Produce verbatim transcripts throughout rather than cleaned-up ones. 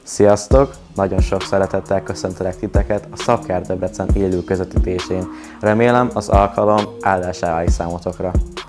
Sziasztok! Nagyon sok szeretettel köszöntelek titeket a Szabkár Debrecen élő közvetítésén. Remélem az alkalom áldásá válik számotokra.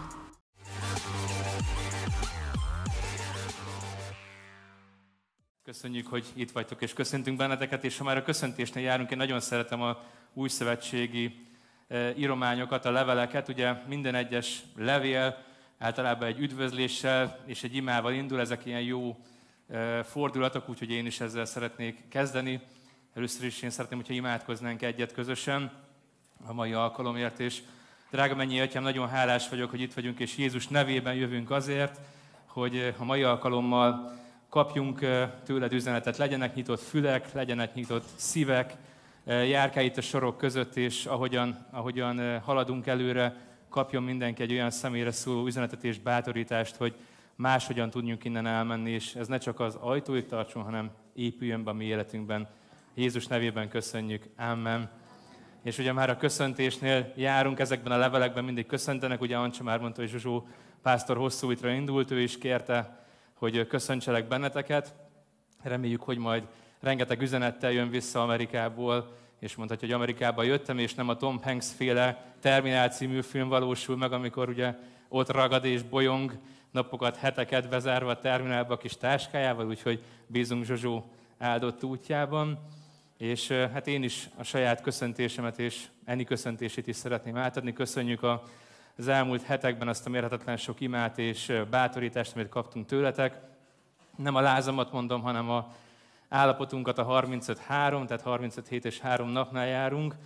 Köszönjük, hogy itt vagytok, és köszöntünk benneteket, és ha már a köszöntésnél járunk, én nagyon szeretem a újszövetségi írományokat, a leveleket. Ugye minden egyes levél általában egy üdvözléssel és egy imával indul, ezek ilyen jó fordulatok, úgyhogy én is ezzel szeretnék kezdeni. Először is én szeretném, hogyha imádkoznánk egyet közösen a mai alkalomért, és drága mennyi atyám, nagyon hálás vagyok, hogy itt vagyunk, és Jézus nevében jövünk azért, hogy a mai alkalommal kapjunk tőled üzenetet, legyenek nyitott fülek, legyenek nyitott szívek, járkálj itt a sorok között, és ahogyan, ahogyan haladunk előre, kapjon mindenki egy olyan személyre szóló üzenetet és bátorítást, hogy máshogyan tudjunk innen elmenni, és ez ne csak az ajtóig tartson, hanem épüljön be a mi életünkben. Jézus nevében köszönjük. Amen. És ugye már a köszöntésnél járunk, ezekben a levelekben mindig köszöntenek, ugye Ancsa már mondta, hogy Zsuzsó pásztor hosszú útra indult, ő is kérte, hogy köszöntselek benneteket. Reméljük, hogy majd rengeteg üzenettel jön vissza Amerikából, és mondhatja, hogy Amerikába jöttem, és nem a Tom Hanks féle Terminál című film valósul meg, amikor ugye ott ragad és bolyong, napokat, heteket bezárva a terminálba a kis táskájával, úgyhogy bízunk Zsuzsó áldott útjában. És hát én is a saját köszöntésemet és Eni köszöntését is szeretném átadni. Köszönjük az elmúlt hetekben azt a mérhetetlen sok imát és bátorítást, amit kaptunk tőletek. Nem a lázamat mondom, hanem a állapotunkat a harmincöt három, tehát harmincöt hét és három napnál járunk.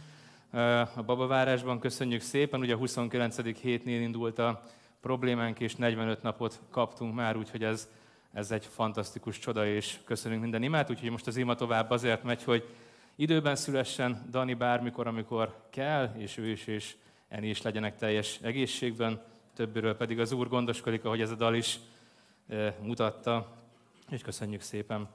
A Babavárásban köszönjük szépen, ugye a huszonkilencedik hétnél indult a problémánk, és negyvenöt napot kaptunk már, úgyhogy ez, ez egy fantasztikus csoda, és köszönünk minden imát. Úgyhogy most az ima tovább azért megy, hogy időben szülessen Dani bármikor, amikor kell, és ő is, és Eni is legyenek teljes egészségben. Többiről pedig az Úr gondoskodik, ahogy ez a dal is e, mutatta, és köszönjük szépen.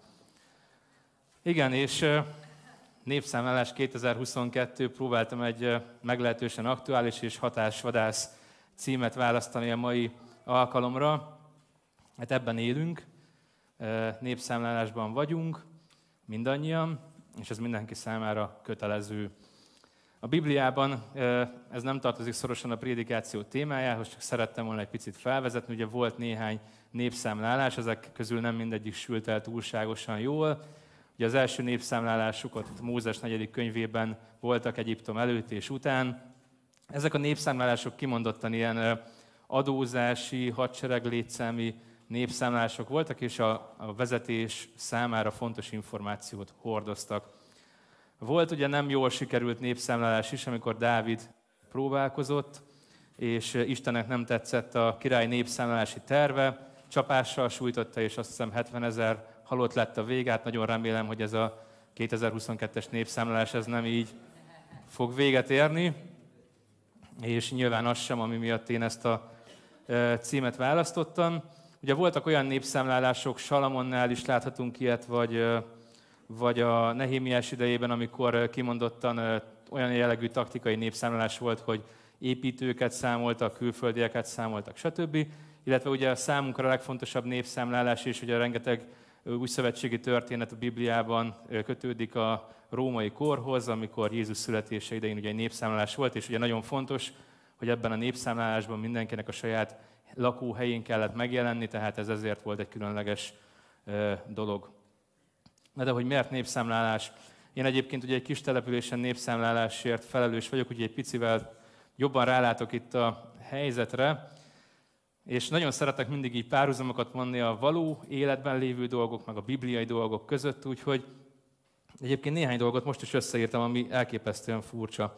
Igen, és e, népszámlálás kétezer-huszonkettő, próbáltam egy e, meglehetősen aktuális és hatásvadász címet választani a mai alkalomra. Hát ebben élünk, népszámlálásban vagyunk, mindannyian, és ez mindenki számára kötelező. A Bibliában ez nem tartozik szorosan a prédikáció témájához, csak szerettem volna egy picit felvezetni. Ugye volt néhány népszámlálás, ezek közül nem mindegyik sült el túlságosan jól. Ugye az első népszámlálásukat Mózes negyedik könyvében voltak Egyiptom előtt és után. Ezek a népszámlálások kimondottan ilyen adózási, hadsereglétszámi népszámlálások voltak, és a, a vezetés számára fontos információt hordoztak. Volt ugye nem jól sikerült népszámlálás is, amikor Dávid próbálkozott, és Istennek nem tetszett a király népszámlálási terve, csapással sújtotta, és azt hiszem hetvenezer halott lett a vége. Hát nagyon remélem, hogy ez a kétezer-huszonkettes népszámlálás ez nem így fog véget érni. És nyilván az sem, ami miatt én ezt a címet választottam. Ugye voltak olyan népszámlálások, Salamonnál is láthatunk ilyet, vagy, vagy a Nehémiás idejében, amikor kimondottan olyan jellegű taktikai népszámlálás volt, hogy építőket számoltak, külföldieket számoltak, stb. Illetve ugye a számunkra a legfontosabb népszámlálás, és ugye rengeteg újszövetségi történet a Bibliában kötődik a római korhoz, amikor Jézus születése idején ugye egy népszámlálás volt, és ugye nagyon fontos, hogy ebben a népszámlálásban mindenkinek a saját lakóhelyén kellett megjelenni, tehát ez ezért volt egy különleges dolog. Na de hogy miért népszámlálás? Én egyébként ugye egy kis településen népszámlálásért felelős vagyok, úgyhogy egy picivel jobban rálátok itt a helyzetre, és nagyon szeretek mindig így párhuzamokat vonni a való életben lévő dolgok, meg a bibliai dolgok között, úgyhogy egyébként néhány dolgot most is összeírtam, ami elképesztően furcsa.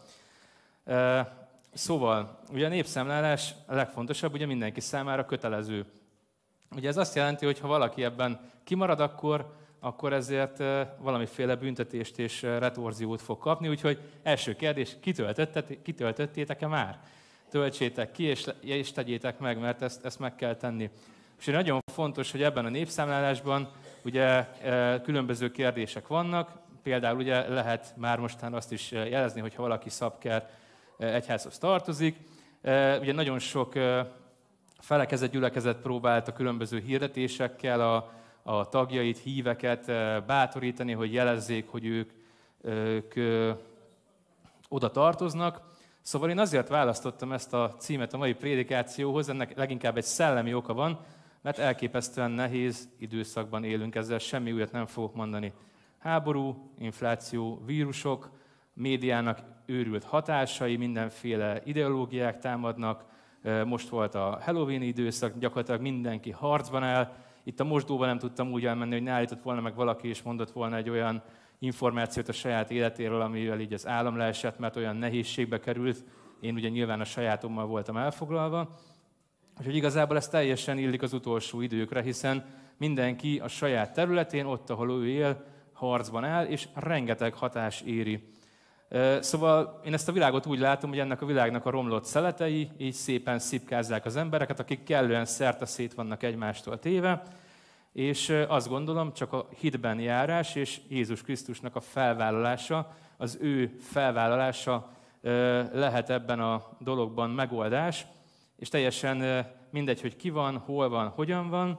Szóval, ugye a népszámlálás a legfontosabb, ugye mindenki számára kötelező. Ugye ez azt jelenti, hogy ha valaki ebben kimarad, akkor, akkor ezért valamiféle büntetést és retorziót fog kapni, úgyhogy első kérdés, kitöltöttétek-e már? Töltsétek ki, és, és tegyétek meg, mert ezt, ezt meg kell tenni. És nagyon fontos, hogy ebben a népszámlálásban ugye különböző kérdések vannak, például ugye lehet már mostán azt is jelezni, hogyha valaki Szabker egyházhoz tartozik. Ugye nagyon sok felekezett gyülekezet próbált a különböző hirdetésekkel a, a tagjait, híveket bátorítani, hogy jelezzék, hogy ők, ők ö, oda tartoznak. Szóval én azért választottam ezt a címet a mai prédikációhoz, ennek leginkább egy szellemi oka van, mert elképesztően nehéz időszakban élünk, ezzel semmi újat nem fogok mondani. Háború, infláció, vírusok, médiának őrült hatásai, mindenféle ideológiák támadnak. Most volt a Halloween időszak, gyakorlatilag mindenki harcban áll. Itt a mosdóban nem tudtam úgy elmenni, hogy ne állított volna meg valaki, és mondott volna egy olyan információt a saját életéről, amivel így az állam leesett, mert olyan nehézségbe került. Én ugye nyilván a sajátommal voltam elfoglalva. Úgyhogy igazából ez teljesen illik az utolsó időkre, hiszen mindenki a saját területén, ott, ahol ő él, harcban áll, és rengeteg hatás éri. Szóval én ezt a világot úgy látom, hogy ennek a világnak a romlott szeletei így szépen szipkázzák az embereket, akik kellően szerte-szét vannak egymástól téve, és azt gondolom, csak a hitben járás és Jézus Krisztusnak a felvállalása, az ő felvállalása lehet ebben a dologban megoldás, és teljesen mindegy, hogy ki van, hol van, hogyan van,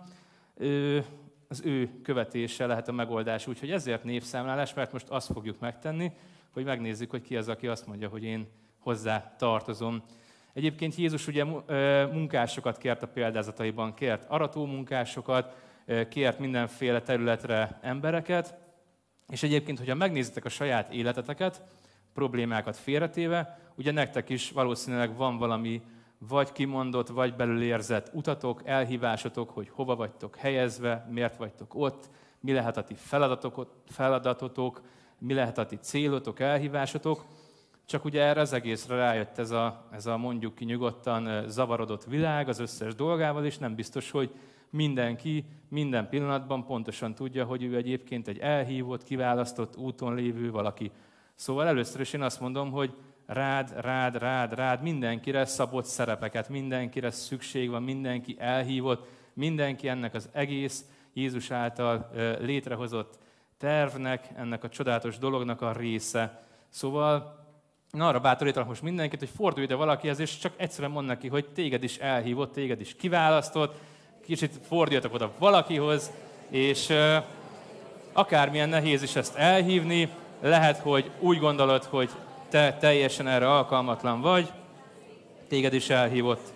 az ő követése lehet a megoldás. Úgyhogy ezért népszámlálás, mert most azt fogjuk megtenni, hogy megnézzük, hogy ki az, aki azt mondja, hogy én hozzá tartozom. Egyébként Jézus ugye munkásokat kért a példázataiban, kért arató munkásokat, kért mindenféle területre embereket, és egyébként, hogyha megnézitek a saját életeteket, problémákat félretéve, ugye nektek is valószínűleg van valami vagy kimondott, vagy belül érzett utatok, elhívásotok, hogy hova vagytok helyezve, miért vagytok ott, mi lehet a ti feladatotok, mi lehet a ti célotok, elhívásotok. Csak ugye erre az egészre rájött ez a, ez a mondjuk ki nyugodtan zavarodott világ az összes dolgával, és nem biztos, hogy mindenki minden pillanatban pontosan tudja, hogy ő egyébként egy elhívott, kiválasztott úton lévő valaki. Szóval először is én azt mondom, hogy rád, rád, rád, rád, mindenkire szabott szerepeket, mindenkire szükség van, mindenki elhívott, mindenki ennek az egész Jézus által létrehozott tervnek, ennek a csodálatos dolognak a része. Szóval na, arra bátorítanak most mindenkit, hogy fordulj ide valakihez, és csak egyszerűen mondd neki, hogy téged is elhívott, téged is kiválasztott, kicsit forduljatok oda valakihoz, és uh, akármilyen nehéz is ezt elhívni, lehet, hogy úgy gondolod, hogy te teljesen erre alkalmatlan vagy, téged is elhívott.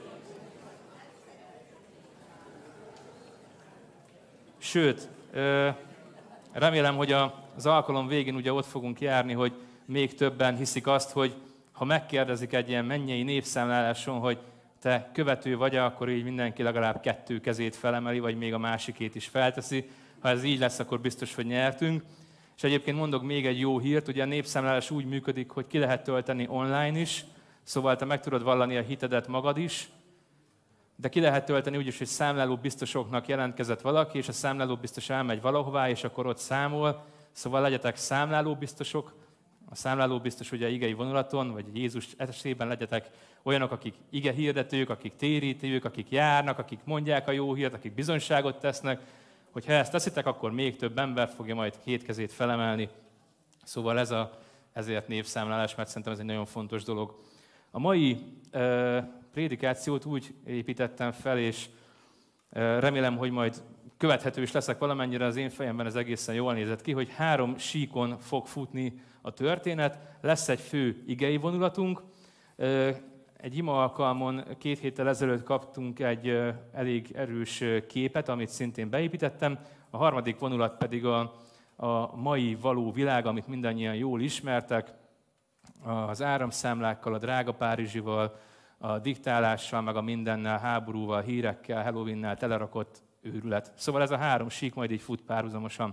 Sőt, uh, remélem, hogy az alkalom végén ugye ott fogunk járni, hogy még többen hiszik azt, hogy ha megkérdezik egy ilyen mennyei népszámláláson, hogy te követő vagy, akkor így mindenki legalább kettő kezét felemeli, vagy még a másikét is felteszi. Ha ez így lesz, akkor biztos, hogy nyertünk. És egyébként mondok még egy jó hírt, ugye a népszámlálás úgy működik, hogy ki lehet tölteni online is, szóval te meg tudod vallani a hitedet magad is, de ki lehet tölteni úgy is, hogy számláló biztosoknak jelentkezett valaki, és a számláló biztos elmegy valahová, és akkor ott számol. Szóval legyetek számláló biztosok. A számláló biztos ugye igei vonulaton, vagy Jézus esetében legyetek olyanok, akik ige hirdetők, akik térítők, akik járnak, akik mondják a jó hírt, akik bizonyságot tesznek. Hogyha ezt teszitek, akkor még több ember fogja majd két kezét felemelni. Szóval ez a, ezért népszámlálás, mert szerintem ez egy nagyon fontos dolog. A mai e, prédikációt úgy építettem fel, és e, remélem, hogy majd követhető is leszek valamennyire, az én fejemben ez egészen jól nézett ki, hogy három síkon fog futni a történet. Lesz egy fő igei vonulatunk. Egy ima alkalmon két héttel ezelőtt kaptunk egy elég erős képet, amit szintén beépítettem. A harmadik vonulat pedig a, a mai való világ, amit mindannyian jól ismertek, az áramszámlákkal, a drága Párizsival, a diktálással, meg a mindennel, háborúval, hírekkel, Halloweennel telerakott őrület. Szóval ez a három sík majd így fut párhuzamosan.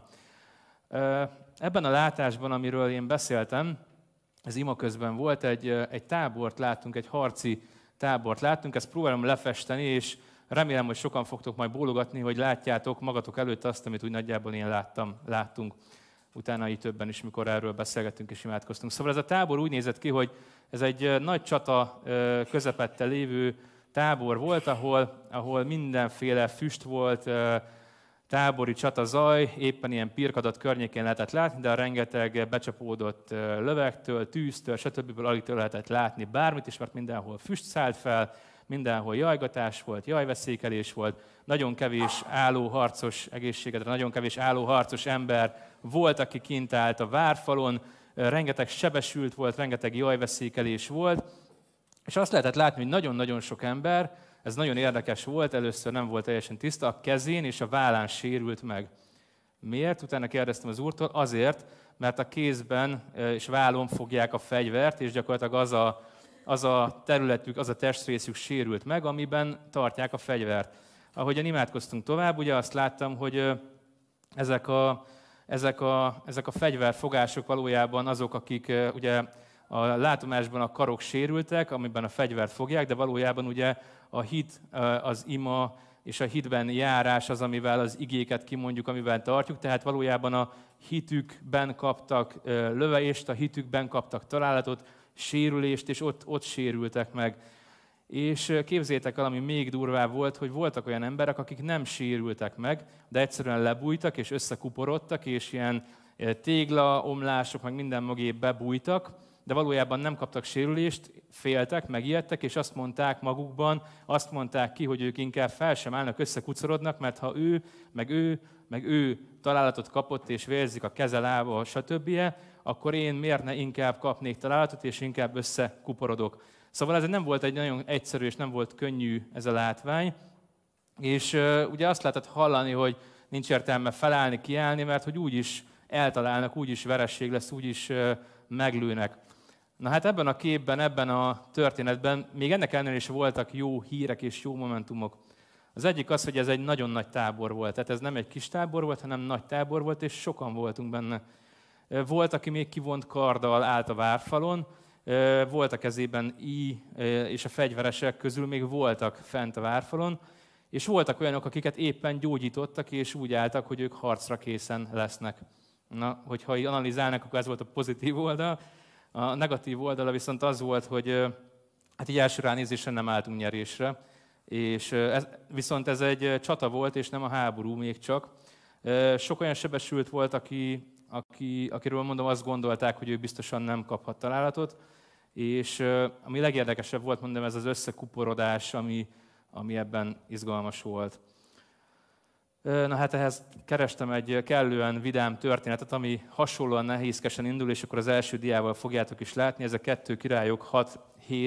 Ebben a látásban, amiről én beszéltem, ez ima közben volt, egy, egy tábort láttunk, egy harci tábort láttunk, ezt próbálom lefesteni, és remélem, hogy sokan fogtok majd bólogatni, hogy látjátok magatok előtt azt, amit úgy nagyjából én láttam, láttunk. Utána így többen is, mikor erről beszélgettünk és imádkoztunk. Szóval ez a tábor úgy nézett ki, hogy ez egy nagy csata közepette lévő tábor volt, ahol, ahol mindenféle füst volt, tábori csata zaj, éppen ilyen Pirkadat környékén lehetett látni, de a rengeteg becsapódott lövektől, tűztől, stb. Alig lehetett látni bármit is, mert mindenhol füst szállt fel, mindenhol jajgatás volt, jajveszékelés volt, nagyon kevés álló harcos egészségedre, nagyon kevés álló harcos ember volt, aki kint állt a várfalon, rengeteg sebesült volt, rengeteg jajveszékelés volt, és azt lehetett látni, hogy nagyon-nagyon sok ember, ez nagyon érdekes volt, először nem volt teljesen tiszta, a kezén és a vállán sérült meg. Miért? Utána kérdeztem az úrtól, azért, mert a kézben és vállon fogják a fegyvert, és gyakorlatilag az a, az a területük, az a testrészük sérült meg, amiben tartják a fegyvert. Ahogyan imádkoztunk tovább, ugye azt láttam, hogy ezek a, ezek a, ezek a fegyverfogások valójában azok, akik ugye a látomásban a karok sérültek, amiben a fegyvert fogják, de valójában ugye a hit, az ima és a hitben járás az, amivel az igéket kimondjuk, amivel tartjuk, tehát valójában a hitükben kaptak löveést, a hitükben kaptak találatot, sérülést, és ott, ott sérültek meg. És képzeljétek el, ami még durvább volt, hogy voltak olyan emberek, akik nem sérültek meg, de egyszerűen lebújtak, és összekuporodtak, és ilyen téglaomlások, meg minden mögé bebújtak, de valójában nem kaptak sérülést, féltek, megijedtek, és azt mondták magukban, azt mondták ki, hogy ők inkább fel sem állnak, összekucorodnak, mert ha ő, meg ő, meg ő találatot kapott, és vérzik a keze, lába, stb., akkor én miért ne inkább kapnék találatot, és inkább összekuporodok. Szóval ez nem volt egy nagyon egyszerű, és nem volt könnyű ez a látvány, és uh, ugye azt lehetett hallani, hogy nincs értelme felállni, kiállni, mert hogy úgyis eltalálnak, úgyis veresség lesz, úgyis uh, meglőnek. Na hát ebben a képben, ebben a történetben még ennek ellenére is voltak jó hírek és jó momentumok. Az egyik az, hogy ez egy nagyon nagy tábor volt. Tehát ez nem egy kis tábor volt, hanem nagy tábor volt, és sokan voltunk benne. Volt, aki még kivont karddal állt a várfalon, volt a kezében íj, és a fegyveresek közül még voltak fent a várfalon, és voltak olyanok, akiket éppen gyógyítottak, és úgy álltak, hogy ők harcra készen lesznek. Na, hogyha analizálnak, akkor ez volt a pozitív oldal. A negatív oldala viszont az volt, hogy hát így első ránézésre nem álltunk nyerésre, és ez, viszont ez egy csata volt, és nem a háború még csak. Sok olyan sebesült volt, aki, aki, akiről mondom, azt gondolták, hogy ő biztosan nem kaphat találatot, és ami legérdekesebb volt, mondom, ez az összekuporodás, ami, ami ebben izgalmas volt. Na hát ehhez kerestem egy kellően vidám történetet, ami hasonlóan nehézkesen indul, és akkor az első diával fogjátok is látni. Ez a kettő Királyok hat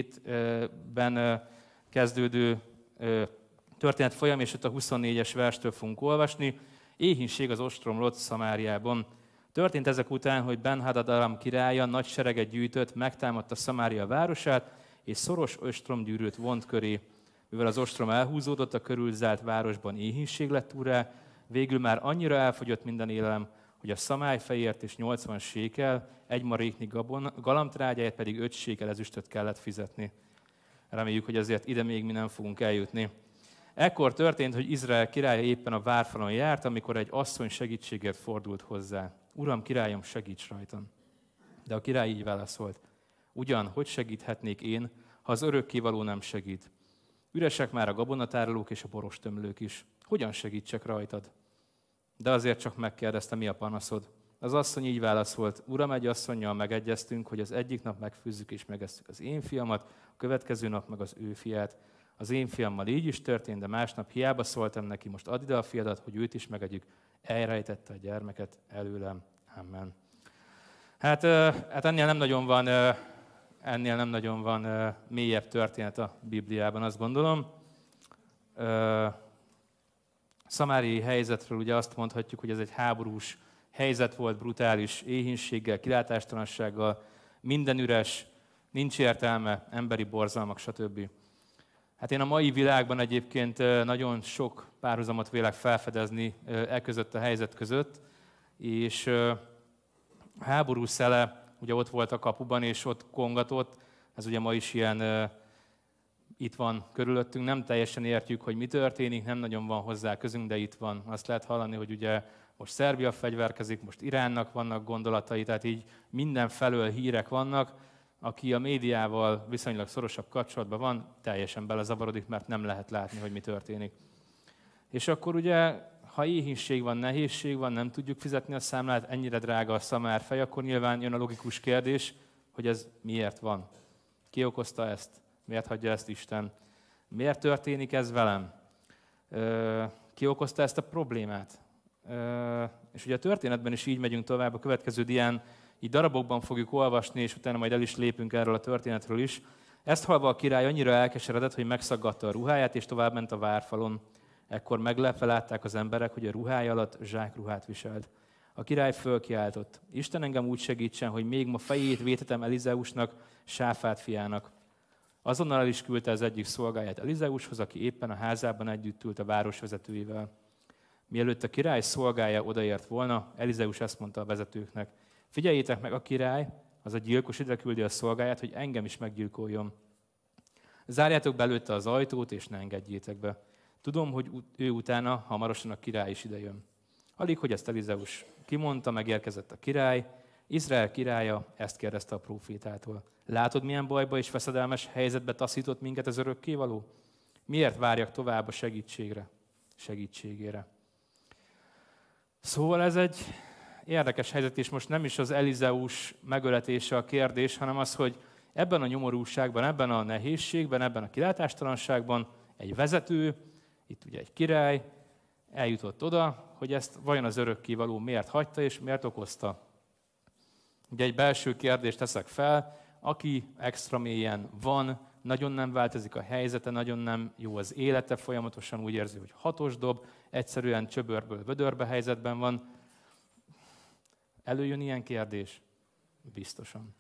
hétben kezdődő történet folyam, és ott a huszonnégyes verstől fogunk olvasni. Éhínség az ostromlott Szamáriában. Történt ezek után, hogy Ben-Hadad Aram királya nagy sereget gyűjtött, megtámadta Szamária városát, és szoros ostromgyűrűt vont köré. Mivel az ostrom elhúzódott, a körülzárt városban éhínség lett úrrá, végül már annyira elfogyott minden élelem, hogy a szamályfejért és nyolcvan sékel, egy maréknyi galamtrágyáért pedig öt sékel ezüstöt kellett fizetni. Reméljük, hogy azért ide még mi nem fogunk eljutni. Ekkor történt, hogy Izrael királya éppen a várfalon járt, amikor egy asszony segítségért fordult hozzá. Uram, királyom, segíts rajtam. De a király így válaszolt. Ugyan, hogy segíthetnék én, ha az örökkévaló nem segít? Üresek már a gabonatárolók és a borostömlők is. Hogyan segítsek rajtad? De azért csak megkérdezte, mi a panaszod. Az asszony így válaszolt, Uram, egy asszonnyal megegyeztünk, hogy az egyik nap megfőzzük és megesszük az én fiamat, a következő nap meg az ő fiát. Az én fiammal így is történt, de másnap hiába szóltam neki, most add ide a fiadat, hogy őt is megegyük. Elrejtette a gyermeket előlem. Amen. Hát, hát ennél nem nagyon van, ennél nem nagyon van mélyebb történet a Bibliában, azt gondolom. Szamáriai helyzetről ugye azt mondhatjuk, hogy ez egy háborús helyzet volt, brutális éhínséggel, kilátástalansággal, minden üres, nincs értelme, emberi borzalmak, stb. Hát én a mai világban egyébként nagyon sok párhuzamot vélek felfedezni e között a helyzet között, és a háború szele ugye ott volt a kapuban, és ott kongatott, ez ugye ma is ilyen itt van körülöttünk, nem teljesen értjük, hogy mi történik, nem nagyon van hozzá közünk, de itt van. Azt lehet hallani, hogy ugye most Szerbia fegyverkezik, most Iránnak vannak gondolatai, tehát így mindenfelől hírek vannak. Aki a médiával viszonylag szorosabb kapcsolatban van, teljesen belezavarodik, mert nem lehet látni, hogy mi történik. És akkor ugye, ha éhínség van, nehézség van, nem tudjuk fizetni a számlát, ennyire drága a szamárfej, akkor nyilván jön a logikus kérdés, hogy ez miért van. Ki okozta ezt? Miért hagyja ezt Isten? Miért történik ez velem? Ki okozta ezt a problémát? És ugye a történetben is így megyünk tovább, a következő dián így darabokban fogjuk olvasni, és utána majd el is lépünk erről a történetről is. Ezt hallva a király annyira elkeseredett, hogy megszaggatta a ruháját, és tovább ment a várfalon. Ekkor meglepve látták az emberek, hogy a ruhája alatt zsákruhát viselt. A király fölkiáltott: Isten engem úgy segítsen, hogy még ma fejét vétetem Elizeusnak, Sáfát fiának. Azonnal el is küldte az egyik szolgáját Elizeushoz, aki éppen a házában együtt ült a városvezetőivel. Mielőtt a király szolgája odaért volna, Elizeus ezt mondta a vezetőknek: Figyeljétek meg, a király, az a gyilkos ide küldi a szolgáját, hogy engem is meggyilkoljon. Zárjátok be előtte az ajtót, és ne engedjétek be. Tudom, hogy ő utána hamarosan a király is idejön. Alig, hogy ezt Elizeus kimondta, megérkezett a király. Izrael királya ezt kérdezte a prófétától: Látod, milyen bajba és veszedelmes helyzetbe taszított minket az örökkévaló? Miért várjak tovább a segítségre, segítségére? Szóval ez egy érdekes helyzet, és most nem is az Elizeus megöletése a kérdés, hanem az, hogy ebben a nyomorúságban, ebben a nehézségben, ebben a kilátástalanságban egy vezető, itt ugye egy király, eljutott oda, hogy ezt vajon az örökkévaló miért hagyta és miért okozta. Ugye egy belső kérdést teszek fel: aki extra mélyen van, nagyon nem változik a helyzete, nagyon nem jó az élete, folyamatosan úgy érzi, hogy hatos dob, egyszerűen csöbörből vödörbe helyzetben van. Előjön ilyen kérdés? Biztosan.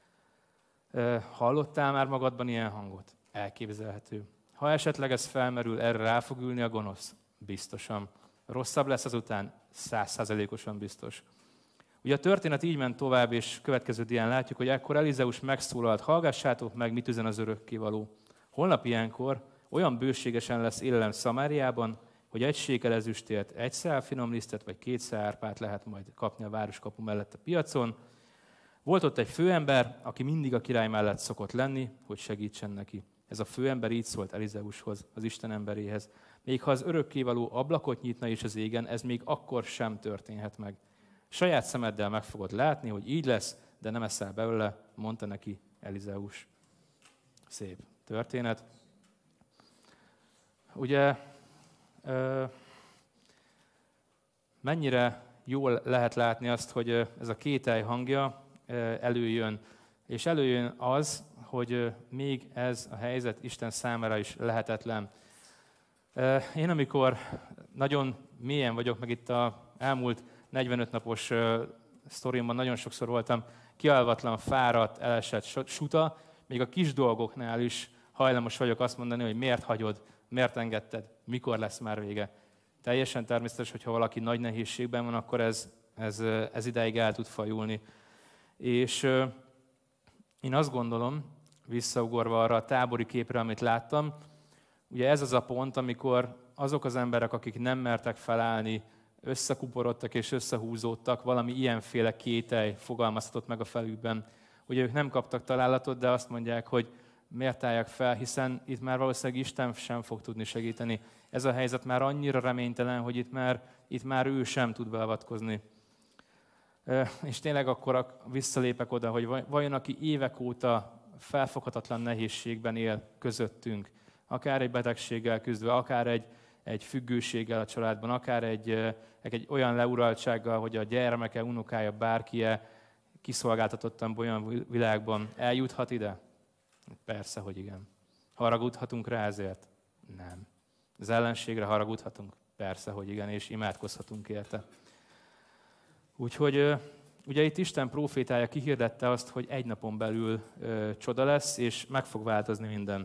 Hallottál már magadban ilyen hangot? Elképzelhető. Ha esetleg ez felmerül, erre rá fog ülni a gonosz? Biztosan. Rosszabb lesz azután? Százszázalékosan biztos. Ugye a történet így ment tovább, és következő dián látjuk, hogy ekkor Elizeus megszólalt: Hallgassátok meg, mit üzen az örökkévaló. Holnap ilyenkor olyan bőségesen lesz élelem Szamáriában, hogy egy sékel ezüstért egy szál finom lisztet vagy két szál árpát lehet majd kapni a városkapu mellett a piacon. Volt ott egy főember, aki mindig a király mellett szokott lenni, hogy segítsen neki. Ez a főember így szólt Elizeushoz, az Isten emberéhez: Még ha az örökkévaló ablakot nyitna is az égen, ez még akkor sem történhet meg. Saját szemeddel meg fogod látni, hogy így lesz, de nem eszel belőle, mondta neki Elizeus. Szép történet. Ugye mennyire jól lehet látni azt, hogy ez a kételj hangja előjön. És előjön az, hogy még ez a helyzet Isten számára is lehetetlen. Én amikor nagyon mélyen vagyok, meg itt az elmúlt negyvenöt napos sztorimban nagyon sokszor voltam kialvatlan, fáradt, elesett suta, még a kis dolgoknál is hajlamos vagyok azt mondani, hogy miért hagyod, miért engedted, mikor lesz már vége. Teljesen természetes, hogyha valaki nagy nehézségben van, akkor ez, ez, ez ideig el tud fajulni. És én azt gondolom, visszaugorva arra a tábori képre, amit láttam, ugye ez az a pont, amikor azok az emberek, akik nem mertek felállni, összekuporodtak és összehúzódtak, valami ilyenféle kételj fogalmazhatott meg a felükben. Ugye ők nem kaptak találatot, de azt mondják, hogy miért állják fel, hiszen itt már valószínűleg Isten sem fog tudni segíteni. Ez a helyzet már annyira reménytelen, hogy itt már, itt már ő sem tud beavatkozni. És tényleg akkor visszalépek oda, hogy vajon aki évek óta felfoghatatlan nehézségben él közöttünk, akár egy betegséggel küzdve, akár egy, egy függőséggel a családban, akár egy, egy olyan leuraltsággal, hogy a gyermeke, unokája, bárkie kiszolgáltatottan olyan világban eljuthat ide? Persze, hogy igen. Haragudhatunk rá ezért? Nem. Az ellenségre haragudhatunk? Persze, hogy igen, és imádkozhatunk érte. Úgyhogy ugye itt Isten prófétája kihirdette azt, hogy egy napon belül ö, csoda lesz, és meg fog változni minden.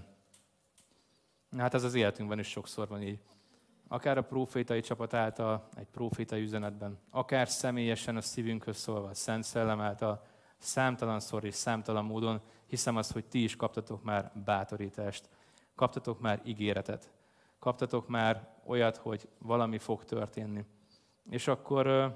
Hát ez az életünkben is sokszor van így. Akár a prófétai csapat által, egy prófétai üzenetben, akár személyesen a szívünkhöz szólva, a Szent Szellem által, számtalanszor és számtalan módon hiszem azt, hogy ti is kaptatok már bátorítást, kaptatok már ígéretet, kaptatok már olyat, hogy valami fog történni. És akkor ö,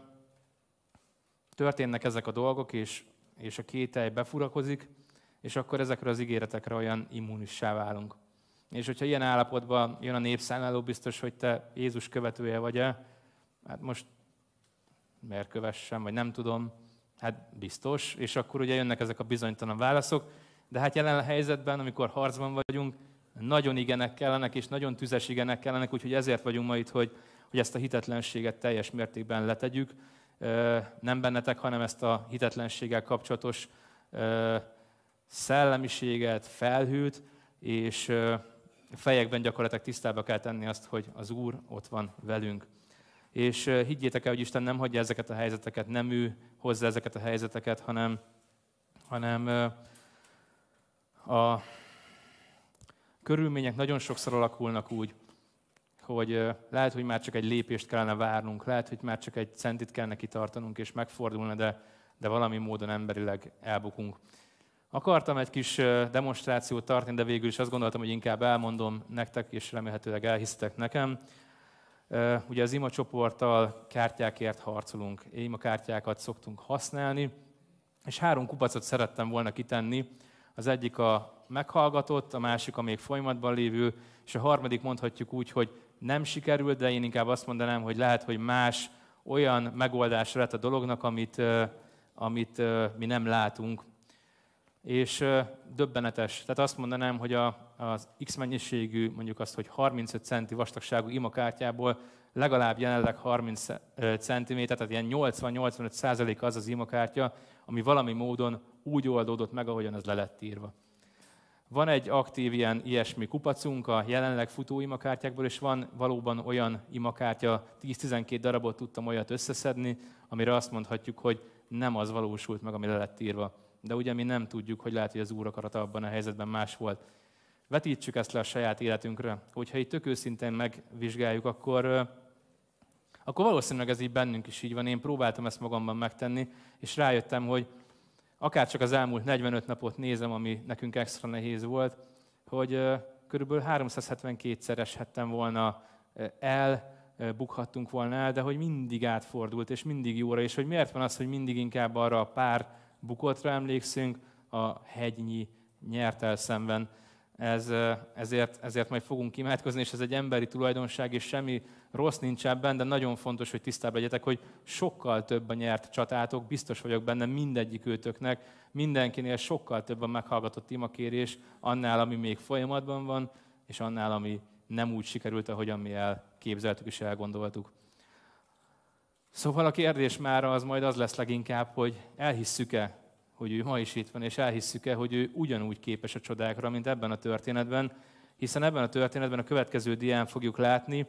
történnek ezek a dolgok, és, és a kételj befurakozik, és akkor ezekre az ígéretekre olyan immunissá válunk. És hogyha ilyen állapotban jön a népszámláló, biztos, hogy te Jézus követője vagy-e, hát most miért kövessem, vagy nem tudom, hát biztos, és akkor ugye jönnek ezek a bizonytalan válaszok, de hát jelen a helyzetben, amikor harcban vagyunk, nagyon igenek kellenek, és nagyon tüzes igenek kellenek, úgyhogy ezért vagyunk ma itt, hogy, hogy ezt a hitetlenséget teljes mértékben letegyük. Nem bennetek, hanem ezt a hitetlenséggel kapcsolatos szellemiséget, felhőt, és fejekben gyakorlatilag tisztába kell tenni azt, hogy az Úr ott van velünk. És higgyétek el, hogy Isten nem hagyja ezeket a helyzeteket, nem ő hozza ezeket a helyzeteket, hanem, hanem a körülmények nagyon sokszor alakulnak úgy, hogy lehet, hogy már csak egy lépést kellene várnunk, lehet, hogy már csak egy centit kellene kitartanunk és megfordulna, de, de valami módon emberileg elbukunk. Akartam egy kis demonstrációt tartani, de végül is azt gondoltam, hogy inkább elmondom nektek, és remélhetőleg elhisztek nekem. Ugye az imacsoporttal kártyákért harcolunk, imakártyákat szoktunk használni, és három kupacot szerettem volna kitenni. Az egyik a meghallgatott, a másik a még folyamatban lévő, és a harmadik mondhatjuk úgy, hogy nem sikerült, de én inkább azt mondanám, hogy lehet, hogy más olyan megoldásra lett a dolognak, amit, amit mi nem látunk. És döbbenetes. Tehát azt mondanám, hogy a, az X mennyiségű, mondjuk azt, hogy harmincöt centi vastagságú imakártyából legalább jelenleg harminc centiméter, tehát ilyen nyolcvan-nyolcvanöt százalék az az imakártya, ami valami módon úgy oldódott meg, ahogyan az le lett írva. Van egy aktív ilyen ilyesmi kupacunk a jelenleg futó imakártyákból, és van valóban olyan imakártya, tíz-tizenkét darabot tudtam olyat összeszedni, amire azt mondhatjuk, hogy nem az valósult meg, ami le lett írva. De ugye mi nem tudjuk, hogy lehet, hogy az Úr akarata abban a helyzetben más volt. Vetítsük ezt le a saját életünkre. Hogyha itt tök őszintén megvizsgáljuk, akkor, akkor valószínűleg ez így bennünk is így van. Én próbáltam ezt magamban megtenni, és rájöttem, hogy akár csak az elmúlt negyvenöt napot nézem, ami nekünk extra nehéz volt, hogy körülbelül háromszázhetvenkétszer eshettem volna el, bukhattunk volna el, de hogy mindig átfordult, és mindig jóra, és hogy miért van az, hogy mindig inkább arra a pár bukottra emlékszünk, a hegynyi nyert el szemben. Ez, ezért, ezért majd fogunk imádkozni, és ez egy emberi tulajdonság, és semmi rossz nincs ebben, de nagyon fontos, hogy tisztában legyetek, hogy sokkal több a nyert csatátok, biztos vagyok benne mindegyik őtöknek, mindenkinél sokkal több a meghallgatott imakérés, annál, ami még folyamatban van, és annál, ami nem úgy sikerült, ahogyan mi elképzeltük és elgondoltuk. Szóval a kérdés mára az majd az lesz leginkább, hogy elhisszük-e, hogy ő ma is itt van, és elhisszük-e, hogy ő ugyanúgy képes a csodákra, mint ebben a történetben, hiszen ebben a történetben a következő dián fogjuk látni,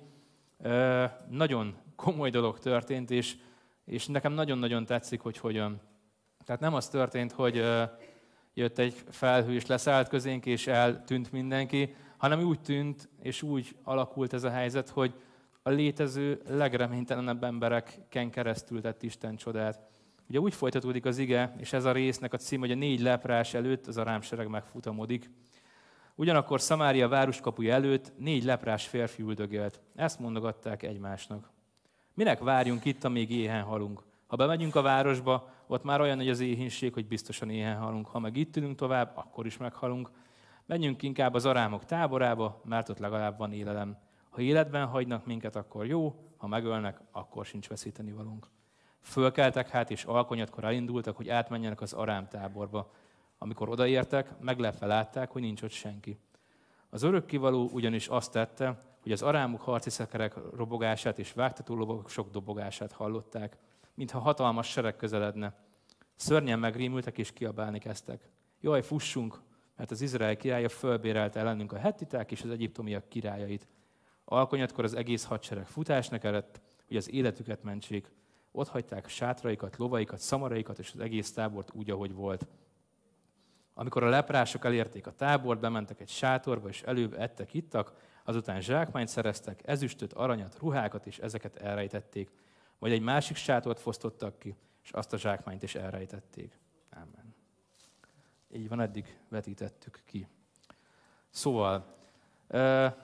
nagyon komoly dolog történt, és, és nekem nagyon-nagyon tetszik, hogy hogyan. Tehát nem az történt, hogy jött egy felhő, és leszállt közénk, és eltűnt mindenki, hanem úgy tűnt, és úgy alakult ez a helyzet, hogy a létező legreménytelenebb embereken keresztül tett Isten csodát. Ugye úgy folytatódik az ige, és ez a résznek a cím, hogy a négy leprás előtt az arámsereg megfutamodik. Ugyanakkor Szamária városkapuja előtt négy leprás férfi üldögélt. Ezt mondogatták egymásnak. Minek várjunk itt, amíg éhen halunk? Ha bemegyünk a városba, ott már olyan nagy az éhínség, hogy biztosan éhen halunk. Ha meg itt ülünk tovább, akkor is meghalunk. Menjünk inkább az arámok táborába, mert ott legalább van élelem. Ha életben hagynak minket, akkor jó, ha megölnek, akkor sincs veszítenivalónk. Fölkeltek hát, és alkonyatkor elindultak, hogy átmenjenek az arám táborba. Amikor odaértek, meglepve látták, hogy nincs ott senki. Az örökkivaló ugyanis azt tette, hogy az arámok harci szekerek robogását és vágtató lovagok sok dobogását hallották, mintha hatalmas sereg közeledne. Szörnyen megrémültek és kiabálni kezdtek. Jaj, fussunk, mert az Izrael királya fölbérelte ellenünk a hettiták és az egyiptomiak királyait. Alkonyatkor az egész hadsereg futásnak eredt, hogy az életüket mentsék. Ott hagyták sátraikat, lovaikat, szamaraikat és az egész tábort úgy, ahogy volt. Amikor a leprások elérték a tábort, bementek egy sátorba, és előbb ettek, ittak, azután zsákmányt szereztek, ezüstöt, aranyat, ruhákat, és ezeket elrejtették. Majd egy másik sátort fosztottak ki, és azt a zsákmányt is elrejtették. Amen. Így van, eddig vetítettük ki. Szóval, euh,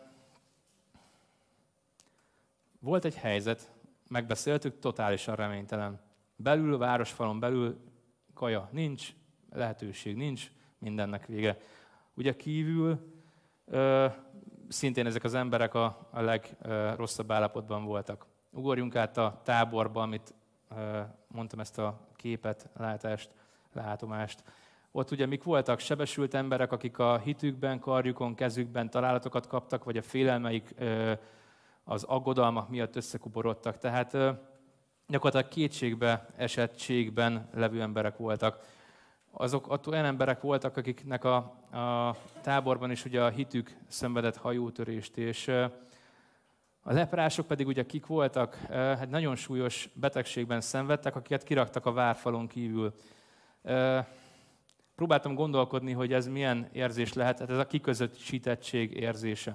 volt egy helyzet, megbeszéltük, totálisan reménytelen. Belül, városfalon belül kaja nincs, lehetőség nincs, mindennek vége. Ugye kívül ö, szintén ezek az emberek a, a legrosszabb állapotban voltak. Ugorjunk át a táborba, amit ö, mondtam, ezt a képet, látást, látomást. Ott ugye mik voltak? Sebesült emberek, akik a hitükben, karjukon, kezükben találatokat kaptak, vagy a félelmeik, az aggodalmak miatt összekuporodtak. Tehát gyakorlatilag kétségbe esettségben levő emberek voltak. Azok ott olyan emberek voltak, akiknek a, a táborban is ugye a hitük szenvedett hajótörést, és a leprások pedig ugye kik voltak? Hát nagyon súlyos betegségben szenvedtek, akiket kiraktak a várfalon kívül. Próbáltam gondolkodni, hogy ez milyen érzés lehet, hát ez a kiközösítettség érzése.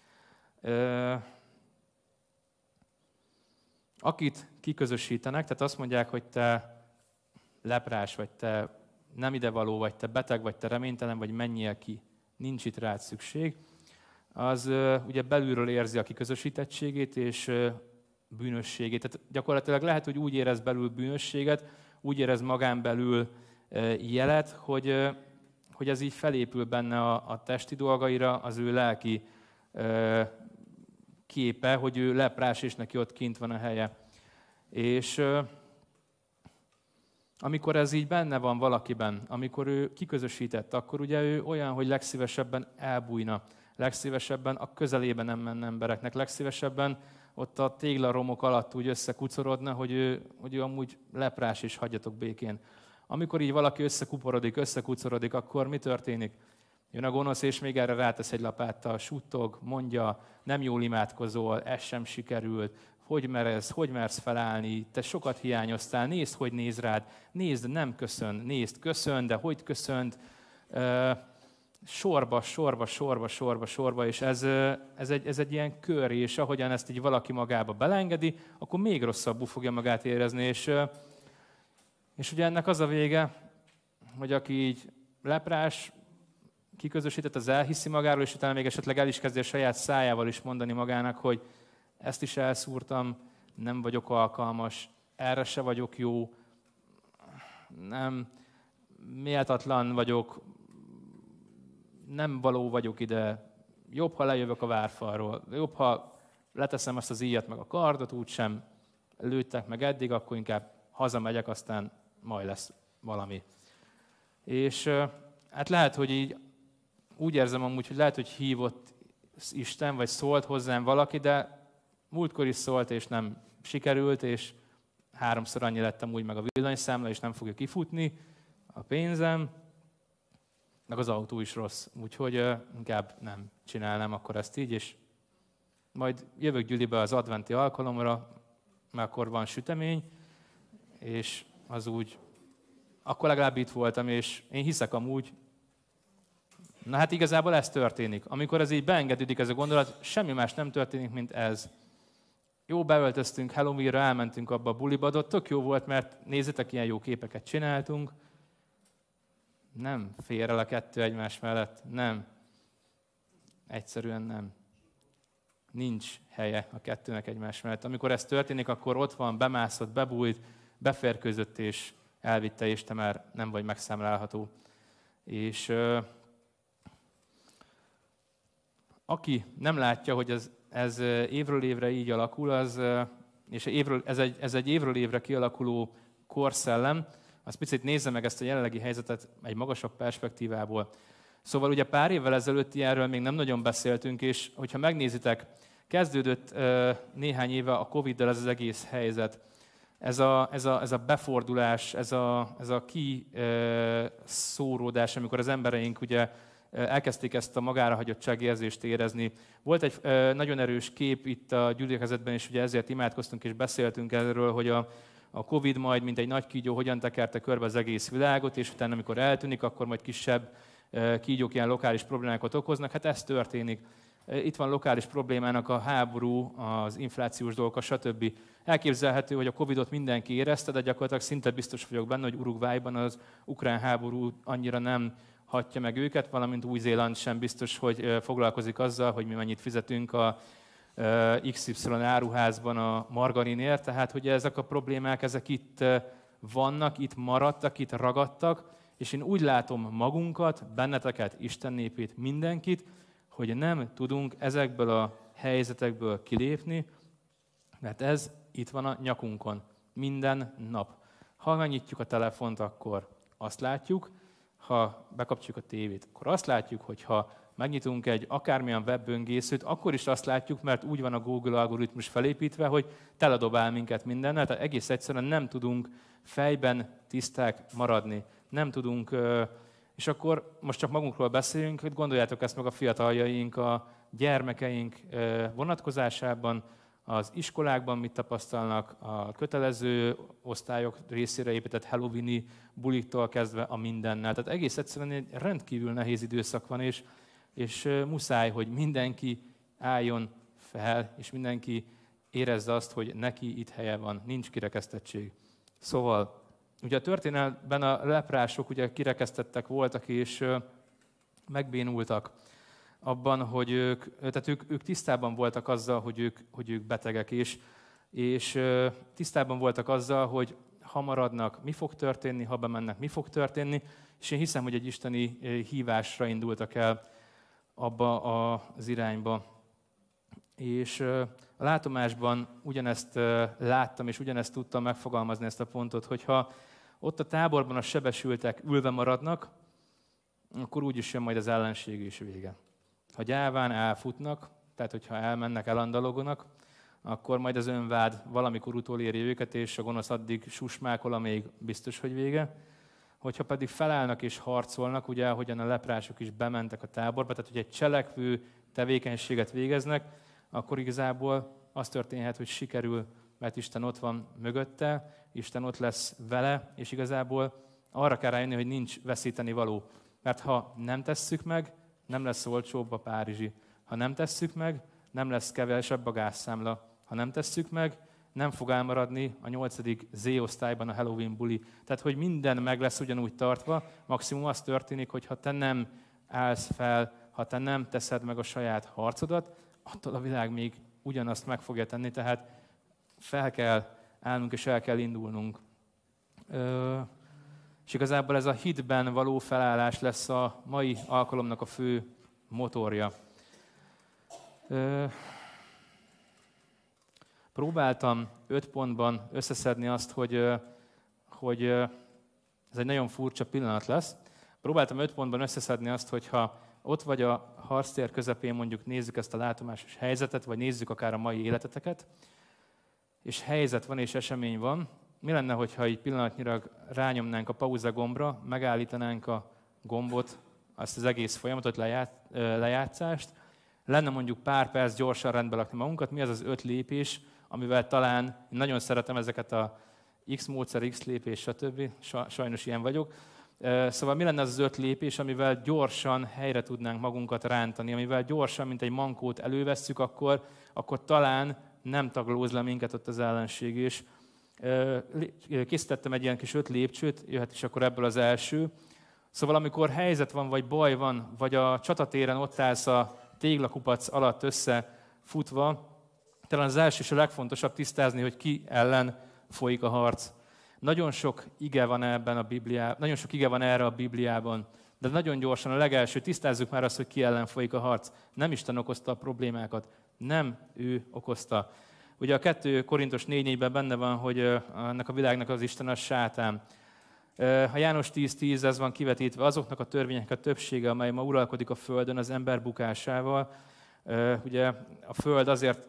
Akit kiközösítenek, tehát azt mondják, hogy te leprás vagy, te nem idevaló vagy, te beteg vagy, te reménytelen vagy, menjél ki, nincs itt rád szükség, az ugye belülről érzi a kiközösítettségét és bűnösségét. Tehát gyakorlatilag lehet, hogy úgy érez belül bűnösséget, úgy érez magán belül jelet, hogy, hogy ez így felépül benne a, a testi dolgaira, az ő lelki képe, hogy ő leprás, és neki ott kint van a helye. És amikor ez így benne van valakiben, amikor ő kiközösített, akkor ugye ő olyan, hogy legszívesebben elbújna, legszívesebben a közelében nem menne embereknek, legszívesebben ott a téglaromok alatt úgy összekucorodna, hogy ő, hogy ő amúgy leprás, és hagyjatok békén. Amikor így valaki összekuporodik, összekucorodik, akkor mi történik? Jön a gonosz, és még erre rátesz egy lapáttal, suttog, mondja, nem jól imádkozol, ez sem sikerült, hogy meresz, hogy mersz felállni, te sokat hiányoztál, nézd, hogy néz rád, nézd, nem köszön, nézd, köszön, de hogy köszönt, sorba, sorba, sorba, sorba, sorba, és ez, ez, egy, ez egy ilyen kör, és ahogyan ezt így valaki magába belengedi, akkor még rosszabbul fogja magát érezni, és, és ugye ennek az a vége, hogy aki így leprás, kiközösített, az elhiszi magáról, és utána még esetleg el is kezdi a saját szájával is mondani magának, hogy ezt is elszúrtam, nem vagyok alkalmas, erre se vagyok jó, nem, méltatlan vagyok, nem való vagyok ide, jobb, ha lejövök a várfalról, jobb, ha leteszem azt az íjat meg a kardot, úgysem lőttek meg eddig, akkor inkább hazamegyek, aztán majd lesz valami. És hát lehet, hogy így úgy érzem amúgy, hogy lehet, hogy hívott Isten, vagy szólt hozzám valaki, de múltkor is szólt, és nem sikerült, és háromszor annyi lettem úgy meg a villanyszámla, és nem fogja kifutni a pénzem, meg az autó is rossz. Úgyhogy uh, inkább nem csinálnám akkor ezt így, és majd jövök Gyülibe az adventi alkalomra, mert akkor van sütemény, és az úgy, akkor legalább itt voltam, és én hiszek amúgy. Na hát igazából ez történik. Amikor ez így beengedődik ez a gondolat, semmi más nem történik, mint ez. Jó, beöltöztünk Halloweenra, elmentünk abba a buliba, ott tök jó volt, mert nézzétek, ilyen jó képeket csináltunk. Nem fér el a kettő egymás mellett, nem. Egyszerűen nem. Nincs helye a kettőnek egymás mellett. Amikor ez történik, akkor ott van, bemászott, bebújt, beférkőzött és elvitte, és te már nem vagy megszámlálható. És uh, aki nem látja, hogy ez, ez évről évre így alakul, az, és évről, ez, egy, ez egy évről évre kialakuló korszellem, az picit nézze meg ezt a jelenlegi helyzetet egy magasabb perspektívából. Szóval ugye pár évvel ezelőtt ilyenről még nem nagyon beszéltünk, és hogyha megnézitek, kezdődött néhány éve a Coviddal ez az egész helyzet. Ez a, ez a, ez a befordulás, ez a, ez a kiszóródás, amikor az embereink ugye elkezdték ezt a magára hagyottság érzést érezni. Volt egy nagyon erős kép itt a gyülekezetben, és ugye ezért imádkoztunk és beszéltünk erről, hogy a, a Covid majd, mint egy nagy kígyó, hogyan tekerte körbe az egész világot, és utána, amikor eltűnik, akkor majd kisebb kígyók ilyen lokális problémákat okoznak. Hát ez történik. Itt van lokális problémának a háború, az inflációs dolgok, stb. Elképzelhető, hogy a Covidot mindenki érezte, de gyakorlatilag szinte biztos vagyok benne, hogy Uruguayban az ukrán háború annyira nem hatja meg őket, valamint Új-Zéland sem biztos, hogy foglalkozik azzal, hogy mi mennyit fizetünk a iksz ipszilon áruházban a margarinért. Tehát, hogy ezek a problémák, ezek itt vannak, itt maradtak, itt ragadtak, és én úgy látom magunkat, benneteket, Isten népét, mindenkit, hogy nem tudunk ezekből a helyzetekből kilépni, mert ez itt van a nyakunkon, minden nap. Ha megnyitjuk a telefont, akkor azt látjuk, ha bekapcsoljuk a tévét, akkor azt látjuk, hogy ha megnyitunk egy akármilyen webböngészőt, akkor is azt látjuk, mert úgy van a Google algoritmus felépítve, hogy teledobál minket mindennel, tehát egész egyszerűen nem tudunk fejben tiszták maradni. Nem tudunk, és akkor most csak magunkról beszélünk, hogy gondoljátok ezt meg a fiataljaink, a gyermekeink vonatkozásában, az iskolákban mit tapasztalnak, a kötelező osztályok részére épített halloweeni buliktól kezdve a mindennel. Tehát egész egyszerűen egy rendkívül nehéz időszak van, és, és muszáj, hogy mindenki álljon fel, és mindenki érezze azt, hogy neki itt helye van, nincs kirekesztettség. Szóval, ugye a történetben a leprások ugye kirekesztettek voltak, és megbénultak abban, hogy ők, tehát ők, ők tisztában voltak azzal, hogy ők, hogy ők betegek, és, és tisztában voltak azzal, hogy ha maradnak, mi fog történni, ha bemennek, mi fog történni, és én hiszem, hogy egy isteni hívásra indultak el abba az irányba. És a látomásban ugyanezt láttam, és ugyanezt tudtam megfogalmazni ezt a pontot, hogyha ott a táborban a sebesültek ülve maradnak, akkor úgyis jön majd az ellenség és vége. Ha gyáván elfutnak, tehát hogyha elmennek, elandalogonak, akkor majd az önvád valamikor utoléri őket, és a gonosz addig susmákol, amíg biztos, hogy vége. Hogyha pedig felállnak és harcolnak, ugye ahogyan a leprások is bementek a táborba, tehát hogy egy cselekvő tevékenységet végeznek, akkor igazából az történhet, hogy sikerül, mert Isten ott van mögötte, Isten ott lesz vele, és igazából arra kell rájönni, hogy nincs veszíteni való. Mert ha nem tesszük meg, nem lesz olcsóbb a párizsi. Ha nem tesszük meg, nem lesz kevesebb a gázszámla. Ha nem tesszük meg, nem fog elmaradni a nyolcadik Z-osztályban a Halloween buli. Tehát, hogy minden meg lesz ugyanúgy tartva, maximum az történik, hogy ha te nem állsz fel, ha te nem teszed meg a saját harcodat, attól a világ még ugyanazt meg fogja tenni, tehát fel kell állnunk és el kell indulnunk. Ö, és igazából ez a hitben való felállás lesz a mai alkalomnak a fő motorja. Ö, próbáltam öt pontban összeszedni azt, hogy, hogy ez egy nagyon furcsa pillanat lesz. Próbáltam öt pontban összeszedni azt, hogyha ott vagy a harctér közepén, mondjuk nézzük ezt a látomásos helyzetet, vagy nézzük akár a mai életeteket, és helyzet van és esemény van, mi lenne, hogyha így pillanatnyira rányomnánk a pauza gombra, megállítanánk a gombot, azt az egész folyamatot, lejátszást, lenne mondjuk pár perc gyorsan rendbe lakni magunkat, mi az az öt lépés, amivel talán, én nagyon szeretem ezeket a X módszer, X lépés, stb. Sajnos ilyen vagyok. Szóval mi lenne az az öt lépés, amivel gyorsan helyre tudnánk magunkat rántani, amivel gyorsan, mint egy mankót elővesszük, akkor, akkor talán nem taglóz le minket ott az ellenség. És készítettem egy ilyen kis öt lépcsőt, jöhet is akkor ebből az első. Szóval amikor helyzet van, vagy baj van, vagy a csatatéren ott állsz a téglakupac alatt összefutva, talán az első és a legfontosabb tisztázni, hogy ki ellen folyik a harc. Nagyon sok ige van ebben a Bibliában, nagyon sok ige van erre a Bibliában, de nagyon gyorsan a legelső tisztázzuk már azt, hogy ki ellen folyik a harc. Nem Isten okozta a problémákat, nem ő okozta. Ugye a kettő Korintus négy négyben benne van, hogy ennek a világnak az Isten az sátán. A János tíz tíz, ez van kivetítve, azoknak a törvények a többsége, amely ma uralkodik a földön az ember bukásával. Ugye a föld azért,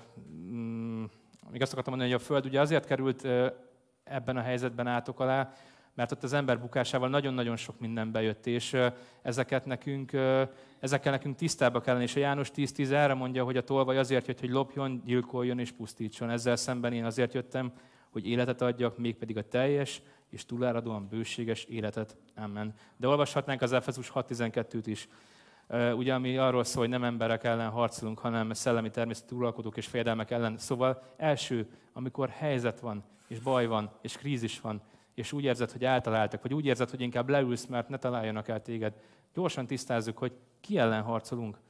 még azt akartam mondani, hogy a föld ugye azért került ebben a helyzetben átok alá, mert ott az ember bukásával nagyon-nagyon sok minden bejött, és ezeket nekünk, ezekkel nekünk tisztába kellene. És a János tíz tíz erre mondja, hogy a tolvaj azért jött, hogy lopjon, gyilkoljon és pusztítson. Ezzel szemben én azért jöttem, hogy életet adjak, mégpedig a teljes és túláradóan bőséges életet. Amen. De olvashatnánk az Efezus hat tizenkettőt is. Ugye, ami arról szól, hogy nem emberek ellen harcolunk, hanem szellemi természetű uralkodók és fejedelmek ellen. Szóval első, amikor helyzet van, és baj van, és krízis van, és úgy érzed, hogy eltaláltak, vagy úgy érzed, hogy inkább leülsz, mert ne találjanak el téged, gyorsan tisztázzuk, hogy ki ellen harcolunk.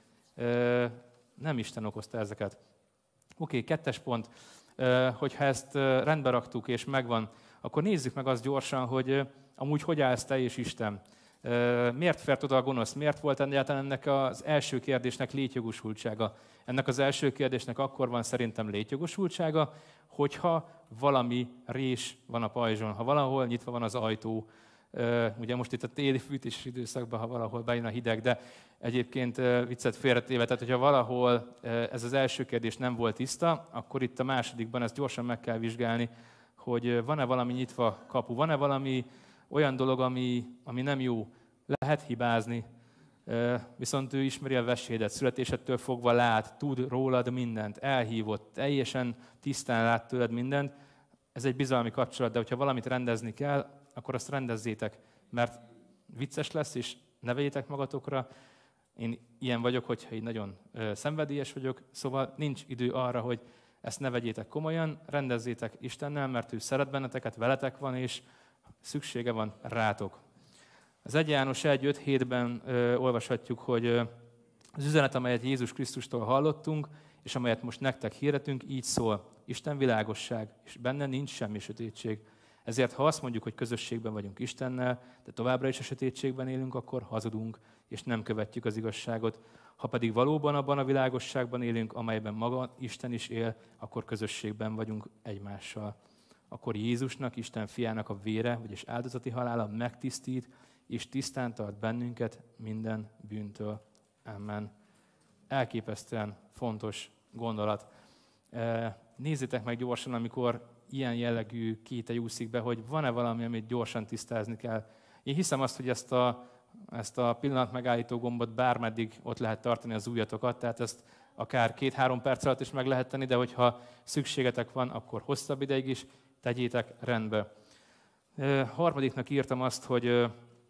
Nem Isten okozta ezeket. Oké, okay, kettes pont, hogyha ezt rendbe raktuk, és megvan, akkor nézzük meg azt gyorsan, hogy amúgy hogy állsz te és Isten. Miért fért oda a gonosz? Miért volt egyáltalán ennek az első kérdésnek létjogosultsága? Ennek az első kérdésnek akkor van szerintem létjogosultsága, hogyha valami rés van a pajzson, ha valahol nyitva van az ajtó. Ugye most itt a téli fűtéses időszakban, ha valahol bejön a hideg, de egyébként viccet félretéve, tehát hogyha valahol ez az első kérdés nem volt tiszta, akkor itt a másodikban ezt gyorsan meg kell vizsgálni, hogy van-e valami nyitva kapu, van-e valami olyan dolog, ami, ami nem jó. Lehet hibázni, viszont ő ismeri a vesédet, születésedtől fogva lát, tud rólad mindent, elhívott, teljesen tisztán lát tőled mindent. Ez egy bizalmi kapcsolat, de hogyha valamit rendezni kell, akkor azt rendezzétek, mert vicces lesz, és ne vegyétek magatokra. Én ilyen vagyok, hogyha így nagyon ö, szenvedélyes vagyok, szóval nincs idő arra, hogy ezt ne vegyétek komolyan, rendezzétek Istennel, mert ő szeret benneteket, veletek van, és szüksége van rátok. Az egy János egy öt hétben ö, olvashatjuk, hogy ö, az üzenet, amelyet Jézus Krisztustól hallottunk, és amelyet most nektek hirdetünk, így szól: Isten világosság, és benne nincs semmi sötétség. Ezért, ha azt mondjuk, hogy közösségben vagyunk Istennel, de továbbra is a sötétségben élünk, akkor hazudunk, és nem követjük az igazságot. Ha pedig valóban abban a világosságban élünk, amelyben maga Isten is él, akkor közösségben vagyunk egymással. Akkor Jézusnak, Isten fiának a vére, vagyis áldozati halála megtisztít, és tisztán tart bennünket minden bűntől. Amen. Elképesztően fontos gondolat. Nézzétek meg gyorsan, amikor ilyen jellegű kételj úszik be, hogy van-e valami, amit gyorsan tisztázni kell. Én hiszem azt, hogy ezt a, ezt a pillanat megállító gombot bármeddig ott lehet tartani az ujjatokat, tehát ezt akár két-három perc alatt is meg lehet tenni, de hogyha szükségetek van, akkor hosszabb ideig is tegyétek rendbe. Harmadiknak írtam azt, hogy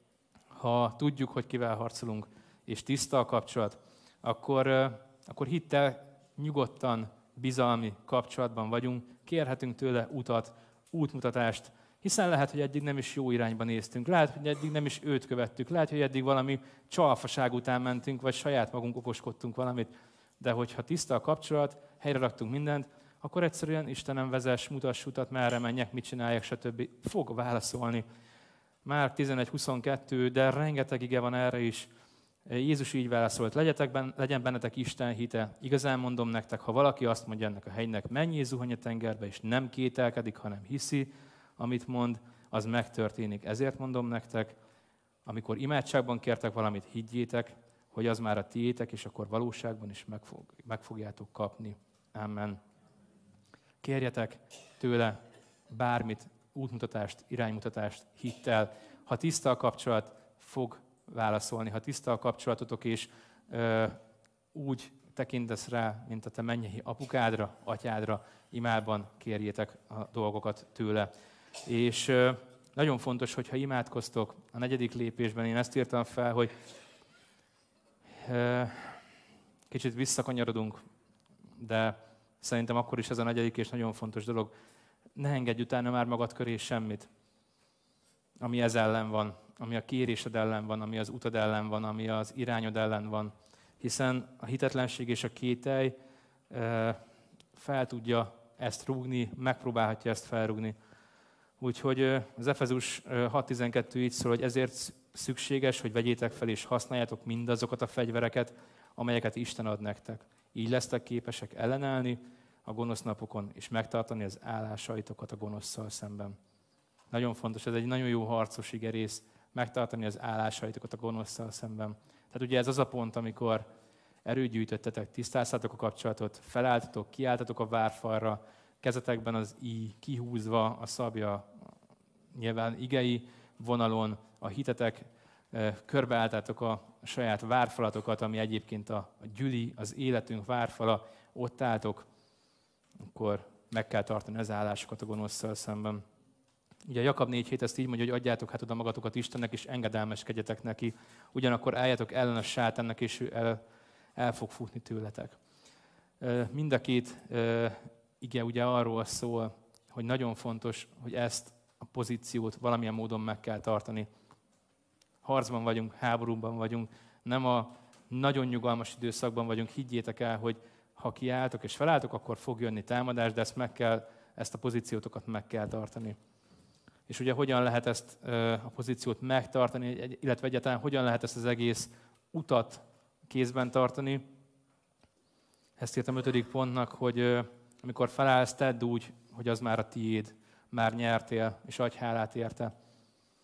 ha tudjuk, hogy kivel harcolunk, és tiszta a kapcsolat, akkor, akkor hittel nyugodtan, bizalmi kapcsolatban vagyunk, kérhetünk tőle utat, útmutatást, hiszen lehet, hogy eddig nem is jó irányba néztünk, lehet, hogy eddig nem is őt követtük, lehet, hogy eddig valami csalfaság után mentünk, vagy saját magunk okoskodtunk valamit, de hogyha tiszta a kapcsolat, helyre raktunk mindent, akkor egyszerűen Istenem vezess, mutass utat, merre menjek, mit csináljak, stb. Fog válaszolni. Márk tizenegy huszonkettő, de rengeteg ige van erre is. Jézus így válaszolt: Legyetek ben, legyen bennetek Isten hite. Igazán mondom nektek, ha valaki azt mondja ennek a hegynek, menj és zuhanj a tengerbe, és nem kételkedik, hanem hiszi, amit mond, az megtörténik. Ezért mondom nektek, amikor imádságban kértek valamit, higgyétek, hogy az már a tiétek, és akkor valóságban is meg, fog, meg fogjátok kapni. Amen. Kérjetek tőle bármit, útmutatást, iránymutatást hittel. Ha tiszta a kapcsolat, fog válaszolni. Ha tiszta a kapcsolatotok, és ö, úgy tekintesz rá, mint a te mennyei apukádra, atyádra, imádban kérjétek a dolgokat tőle. És ö, nagyon fontos, hogyha imádkoztok, a negyedik lépésben én ezt írtam fel, hogy ö, kicsit visszakanyarodunk, de szerintem akkor is ez a negyedik és nagyon fontos dolog. Ne engedj utána már magad köré semmit, ami ez ellen van, ami a kérésed ellen van, ami az utad ellen van, ami az irányod ellen van. Hiszen a hitetlenség és a kételj fel tudja ezt rúgni, megpróbálhatja ezt felrúgni. Úgyhogy az Efezus hat tizenkettő így szól, hogy ezért szükséges, hogy vegyétek fel és használjátok mindazokat a fegyvereket, amelyeket Isten ad nektek. Így lesztek képesek ellenállni a gonosz napokon, és megtartani az állásaitokat a gonoszszal szemben. Nagyon fontos, ez egy nagyon jó harcos igerész, megtartani az állásaitokat a gonoszszal szemben. Tehát ugye ez az a pont, amikor erőt gyűjtöttetek, tisztáztatok a kapcsolatot, felálltatok, kiálltatok a várfalra, kezetekben az íj kihúzva, a szabja nyilván igei vonalon, a hitetek, körbeálltátok a saját várfalatokat, ami egyébként a gyüli, az életünk várfala, ott álltok, akkor meg kell tartani az állásokat a gonoszszal szemben. Ugye a Jakab négy hét ezt így mondja, hogy adjátok hát oda magatokat Istennek, és engedelmeskedjetek neki. Ugyanakkor álljatok ellen a sátánnak, és ő el, el fog futni tőletek. Mind a két ige ugye arról szól, hogy nagyon fontos, hogy ezt a pozíciót valamilyen módon meg kell tartani. Harcban vagyunk, háborúban vagyunk, nem a nagyon nyugalmas időszakban vagyunk. Higgyétek el, hogy ha kiálltok és felálltok, akkor fog jönni támadás, de ezt, meg kell, ezt a pozíciótokat meg kell tartani. És ugye hogyan lehet ezt a pozíciót megtartani, illetve egyáltalán hogyan lehet ezt az egész utat kézben tartani. Ezt írtam ötödik pontnak, hogy amikor felállsz, tedd úgy, hogy az már a tiéd, már nyertél, és adj hálát érte.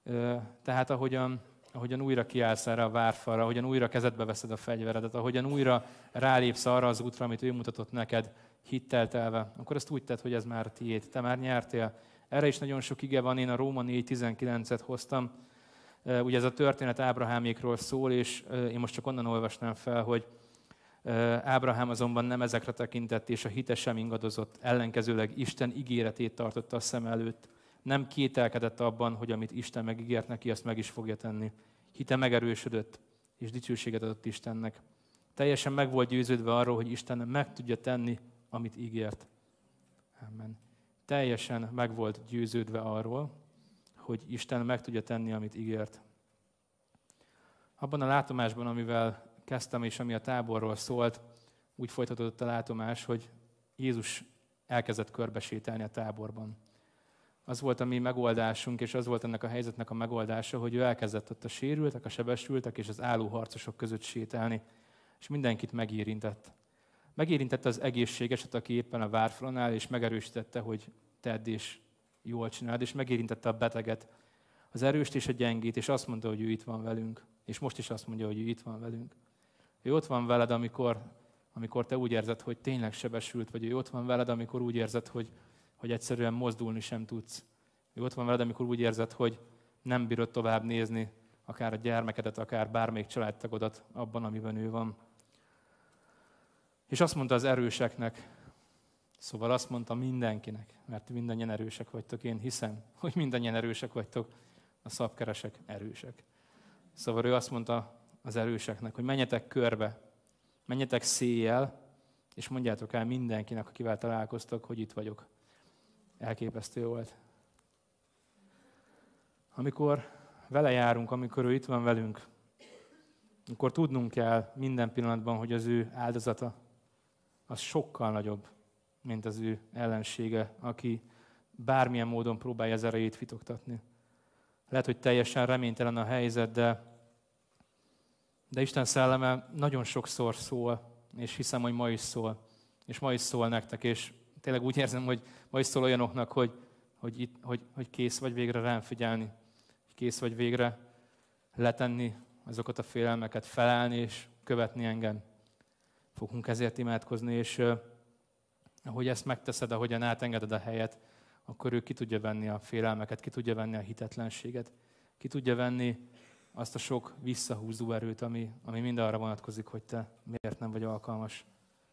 Tehát ahogyan, ahogyan újra kiállsz erre a várfalra, ahogyan újra kezedbe veszed a fegyveredet, ahogyan újra rálépsz arra az útra, amit ő mutatott neked, hittel telve, akkor azt úgy tedd, hogy ez már tiéd, te már nyertél. Erre is nagyon sok ige van, én a Róma négy tizenkilencet hoztam. Ugye ez a történet Ábrahámékról szól, és én most csak onnan olvasnám fel, hogy Ábrahám azonban nem ezekre tekintett, és a hite sem ingadozott, ellenkezőleg Isten ígéretét tartotta a szem előtt. Nem kételkedett abban, hogy amit Isten megígért neki, azt meg is fogja tenni. Hite megerősödött, és dicsőséget adott Istennek. Teljesen meg volt győződve arról, hogy Isten meg tudja tenni, amit ígért. Amen. Teljesen meg volt győződve arról, hogy Isten meg tudja tenni, amit ígért. Abban a látomásban, amivel kezdtem, és ami a táborról szólt, úgy folytatódott a látomás, hogy Jézus elkezdett körbesétálni a táborban. Az volt a mi megoldásunk, és az volt ennek a helyzetnek a megoldása, hogy ő elkezdett ott a sérültek, a sebesültek és az álló harcosok között sétálni, és mindenkit megérintett. Megérintette az egészségeset, aki éppen a várfalon áll, és megerősítette, hogy tedd és jól csináld, és megérintette a beteget, az erőst és a gyengét, és azt mondta, hogy ő itt van velünk. És most is azt mondja, hogy ő itt van velünk. Ő ott van veled, amikor, amikor te úgy érzed, hogy tényleg sebesült, vagy ő ott van veled, amikor úgy érzed, hogy, hogy egyszerűen mozdulni sem tudsz. Ő ott van veled, amikor úgy érzed, hogy nem bírod tovább nézni akár a gyermekedet, akár bármelyik családtagodat abban, amiben ő van. És azt mondta az erőseknek, szóval azt mondta mindenkinek, mert mindannyian erősek vagytok, én hiszem, hogy mindannyian erősek vagytok, a szabkeresek erősek. Szóval ő azt mondta az erőseknek, hogy menjetek körbe, menjetek széjjel, és mondjátok el mindenkinek, akivel találkoztok, hogy itt vagyok. Elképesztő volt. Amikor vele járunk, amikor ő itt van velünk, akkor tudnunk kell minden pillanatban, hogy az ő áldozata az sokkal nagyobb, mint az ő ellensége, aki bármilyen módon próbálja az erejét fitoktatni. Lehet, hogy teljesen reménytelen a helyzet, de, de Isten szelleme nagyon sokszor szól, és hiszem, hogy ma is szól. És ma is szól nektek, és tényleg úgy érzem, hogy ma is szól olyanoknak, hogy, hogy, itt, hogy, hogy kész vagy végre rám figyelni, hogy kész vagy végre letenni azokat a félelmeket, felállni és követni engem. Fogunk ezért imádkozni, és uh, ahogy ezt megteszed, ahogyan átengeded a helyet, akkor ő ki tudja venni a félelmeket, ki tudja venni a hitetlenséget, ki tudja venni azt a sok visszahúzó erőt, ami, ami mind arra vonatkozik, hogy te miért nem vagy alkalmas.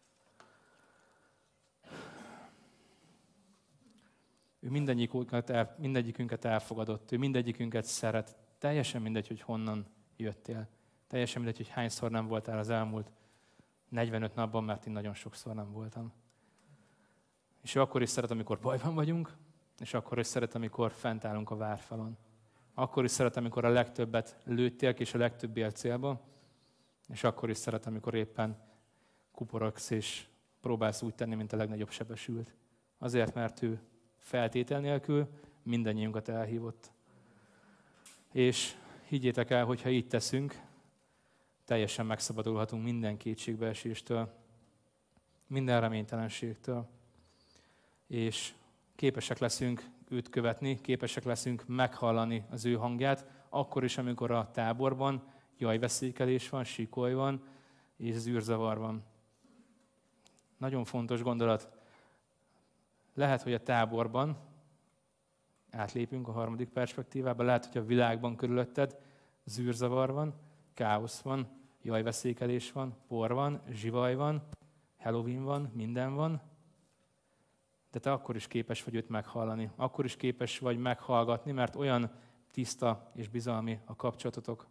Ő mindegyikünket, el, mindegyikünket elfogadott, ő mindegyikünket szeret. Teljesen mindegy, hogy honnan jöttél. Teljesen mindegy, hogy hányszor nem voltál az elmúlt negyvenöt napban, mert én nagyon sokszor nem voltam. És ő akkor is szeret, amikor bajban vagyunk, és akkor is szeret, amikor fent állunk a várfalon. Akkor is szeret, amikor a legtöbbet lőttél, és a legtöbb él célba, és akkor is szeret, amikor éppen kuporogsz, és próbálsz úgy tenni, mint a legnagyobb sebesült. Azért, mert ő feltétel nélkül mindannyiunkat elhívott. És higgyétek el, hogy ha így teszünk, teljesen megszabadulhatunk minden kétségbeeséstől, minden reménytelenségtől, és képesek leszünk őt követni, képesek leszünk meghallani az ő hangját, akkor is, amikor a táborban jajveszékelés van, sikoly van, és zűrzavar van. Nagyon fontos gondolat. Lehet, hogy a táborban átlépünk a harmadik perspektívába, lehet, hogy a világban körülötted zűrzavar van, káosz van, jajveszékelés van, por van, zsivaj van, Halloween van, minden van, de te akkor is képes vagy őt meghallani, akkor is képes vagy meghallgatni, mert olyan tiszta és bizalmi a kapcsolatotok.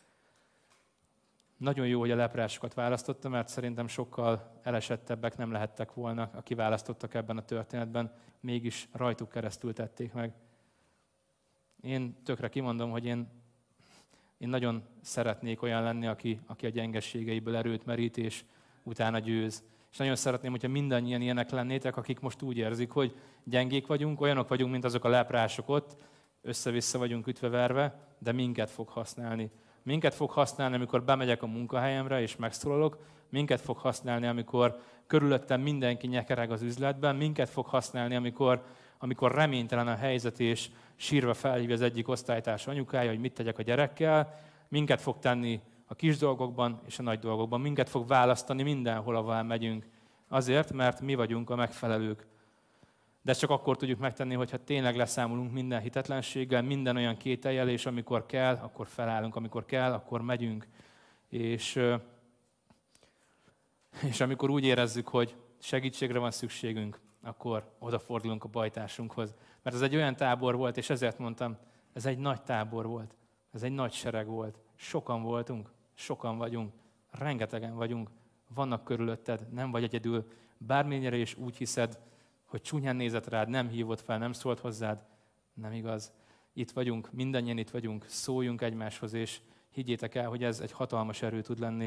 Nagyon jó, hogy a leprásokat választotta, mert szerintem sokkal elesettebbek nem lehettek volna, aki választottak ebben a történetben, mégis rajtuk keresztül tették meg. Én tökre kimondom, hogy én, én nagyon szeretnék olyan lenni, aki, aki a gyengességeiből erőt merít, és utána győz. És nagyon szeretném, hogyha mindannyian ilyenek lennétek, akik most úgy érzik, hogy gyengék vagyunk, olyanok vagyunk, mint azok a leprások ott, össze-vissza vagyunk ütve-verve, de minket fog használni. Minket fog használni, amikor bemegyek a munkahelyemre és megszólalok, minket fog használni, amikor körülöttem mindenki nyekereg az üzletben, minket fog használni, amikor, amikor reménytelen a helyzet, és sírva felhívja az egyik osztálytárs anyukája, hogy mit tegyek a gyerekkel, minket fog tenni a kis dolgokban és a nagy dolgokban, minket fog választani mindenhol, ahová megyünk. Azért, mert mi vagyunk a megfelelők. De ezt csak akkor tudjuk megtenni, hogyha tényleg leszámolunk minden hitetlenséggel, minden olyan kétellyel, és amikor kell, akkor felállunk, amikor kell, akkor megyünk. És, és amikor úgy érezzük, hogy segítségre van szükségünk, akkor odafordulunk a bajtársunkhoz. Mert ez egy olyan tábor volt, és ezért mondtam, ez egy nagy tábor volt. Ez egy nagy sereg volt. Sokan voltunk, sokan vagyunk, rengetegen vagyunk, vannak körülötted, nem vagy egyedül. Bármennyire is úgy hiszed, hogy csúnyán nézett rád, nem hívott fel, nem szólt hozzád, nem igaz. Itt vagyunk, mindannyian itt vagyunk, szóljunk egymáshoz, és higgyétek el, hogy ez egy hatalmas erő tud lenni.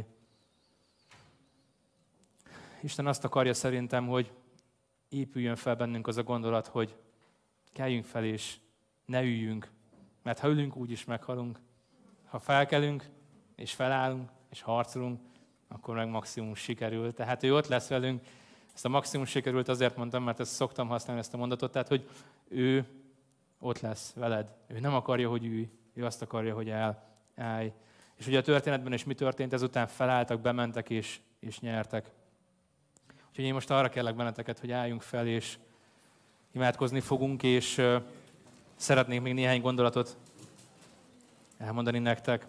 Isten azt akarja szerintem, hogy épüljön fel bennünk az a gondolat, hogy keljünk fel és ne üljünk. Mert ha ülünk, úgyis meghalunk. Ha felkelünk és felállunk és harcolunk, akkor meg maximum sikerül. Tehát ő ott lesz velünk. Ezt a maximum sikerült azért mondtam, mert ezt szoktam használni, ezt a mondatot. Tehát, hogy ő ott lesz veled. Ő nem akarja, hogy ülj. Ő azt akarja, hogy elállj. És ugye a történetben is mi történt, ezután felálltak, bementek és, és nyertek. Úgyhogy én most arra kérlek benneteket, hogy álljunk fel, és imádkozni fogunk, és uh, szeretnék még néhány gondolatot elmondani nektek.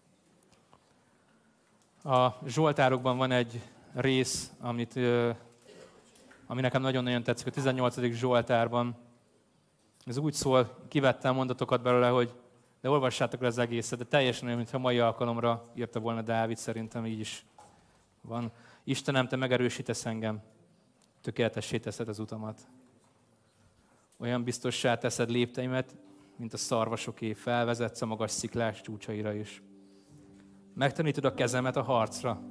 A Zsoltárokban van egy rész, amit, uh, ami nekem nagyon-nagyon tetszik, a tizennyolcadik Zsoltárban. Ez úgy szól, kivettem mondatokat belőle, hogy de olvassátok le az egészet, de teljesen olyan, mintha mai alkalomra írta volna Dávid, szerintem így is van. Istenem, te megerősítesz engem, tökéletessé teszed az utamat. Olyan biztossá teszed lépteimet, mint a szarvasoké, felvezetsz a magas sziklás csúcsaira is. Megtanítod a kezemet a harcra.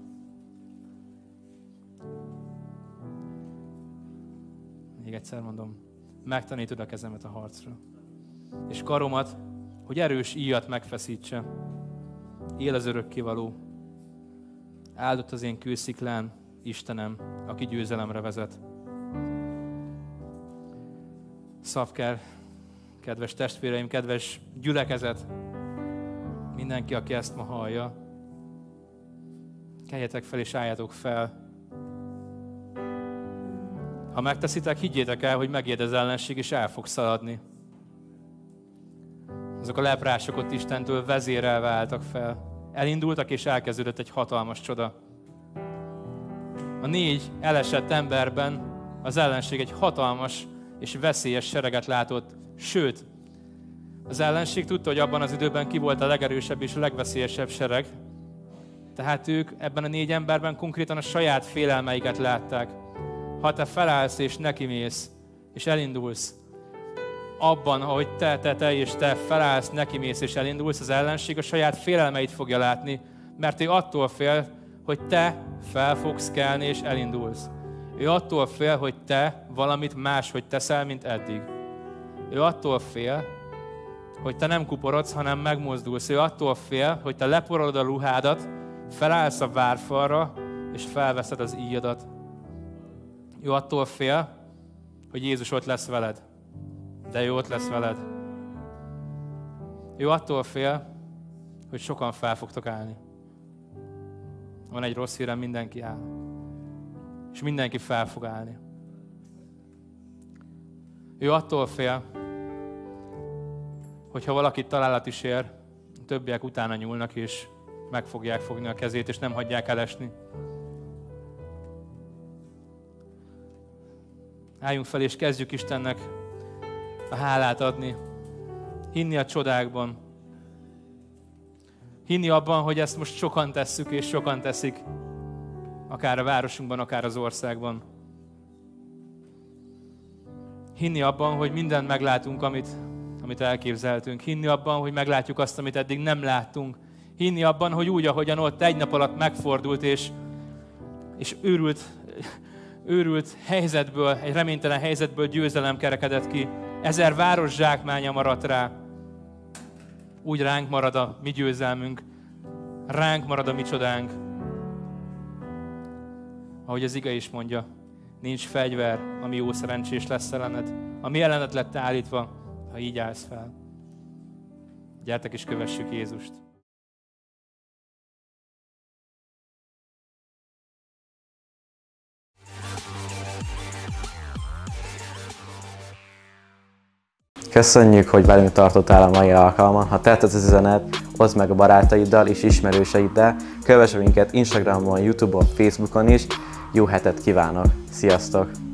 Még egyszer mondom, megtanítod a kezemet a harcra. És karomat, hogy erős íjat megfeszítse. Él az örökkévaló. Áldott az én kősziklán, Istenem, aki győzelemre vezet. Szafker, kedves testvéreim, kedves gyülekezet, mindenki, aki ezt ma hallja, keljetek fel és álljatok fel. Ha megteszitek, higgyétek el, hogy megijed az ellenség, és el fog szaladni. Azok a leprások ott Istentől vezérelve álltak fel. Elindultak, és elkezdődött egy hatalmas csoda. A négy elesett emberben az ellenség egy hatalmas és veszélyes sereget látott. Sőt, az ellenség tudta, hogy abban az időben ki volt a legerősebb és a legveszélyesebb sereg. Tehát ők ebben a négy emberben konkrétan a saját félelmeiket látták. Ha te felállsz és nekimész, és elindulsz, abban, ahogy te, te, te és te felállsz, nekimész és elindulsz, az ellenség a saját félelmeit fogja látni, mert ő attól fél, hogy te fel fogsz kelni és elindulsz. Ő attól fél, hogy te valamit máshogy teszel, mint eddig. Ő attól fél, hogy te nem kuporodsz, hanem megmozdulsz. Ő attól fél, hogy te leporolod a ruhádat, felállsz a várfalra, és felveszed az íjadat. Ő attól fél, hogy Jézus ott lesz veled. De ő ott lesz veled. Ő attól fél, hogy sokan fel fogtok állni. Van egy rossz hírem, mindenki áll. És mindenki fel fog állni. Ő attól fél, hogyha valakit találat is ér, a többiek utána nyúlnak, és meg fogják fogni a kezét, és nem hagyják elesni. Álljunk fel, és kezdjük Istennek a hálát adni. Hinni a csodákban. Hinni abban, hogy ezt most sokan tesszük, és sokan teszik. Akár a városunkban, akár az országban. Hinni abban, hogy mindent meglátunk, amit, amit elképzeltünk. Hinni abban, hogy meglátjuk azt, amit eddig nem láttunk. Hinni abban, hogy úgy, ahogyan ott egy nap alatt megfordult, és, és őrült, őrült helyzetből, egy reménytelen helyzetből győzelem kerekedett ki. Ezer város zsákmánya maradt rá. Úgy ránk marad a mi győzelmünk. Ránk marad a mi csodánk. Ahogy az ige is mondja, nincs fegyver, ami jó szerencsés lesz ellened. ami ellenet lett állítva, ha így állsz fel. Gyertek és kövessük Jézust! Köszönjük, hogy velünk tartottál a mai alkalman. Ha tetszett az üzenet, oszd meg a barátaiddal és ismerőseiddel. Kövess minket Instagramon, YouTube-on, Facebookon is. Jó hetet kívánok! Sziasztok!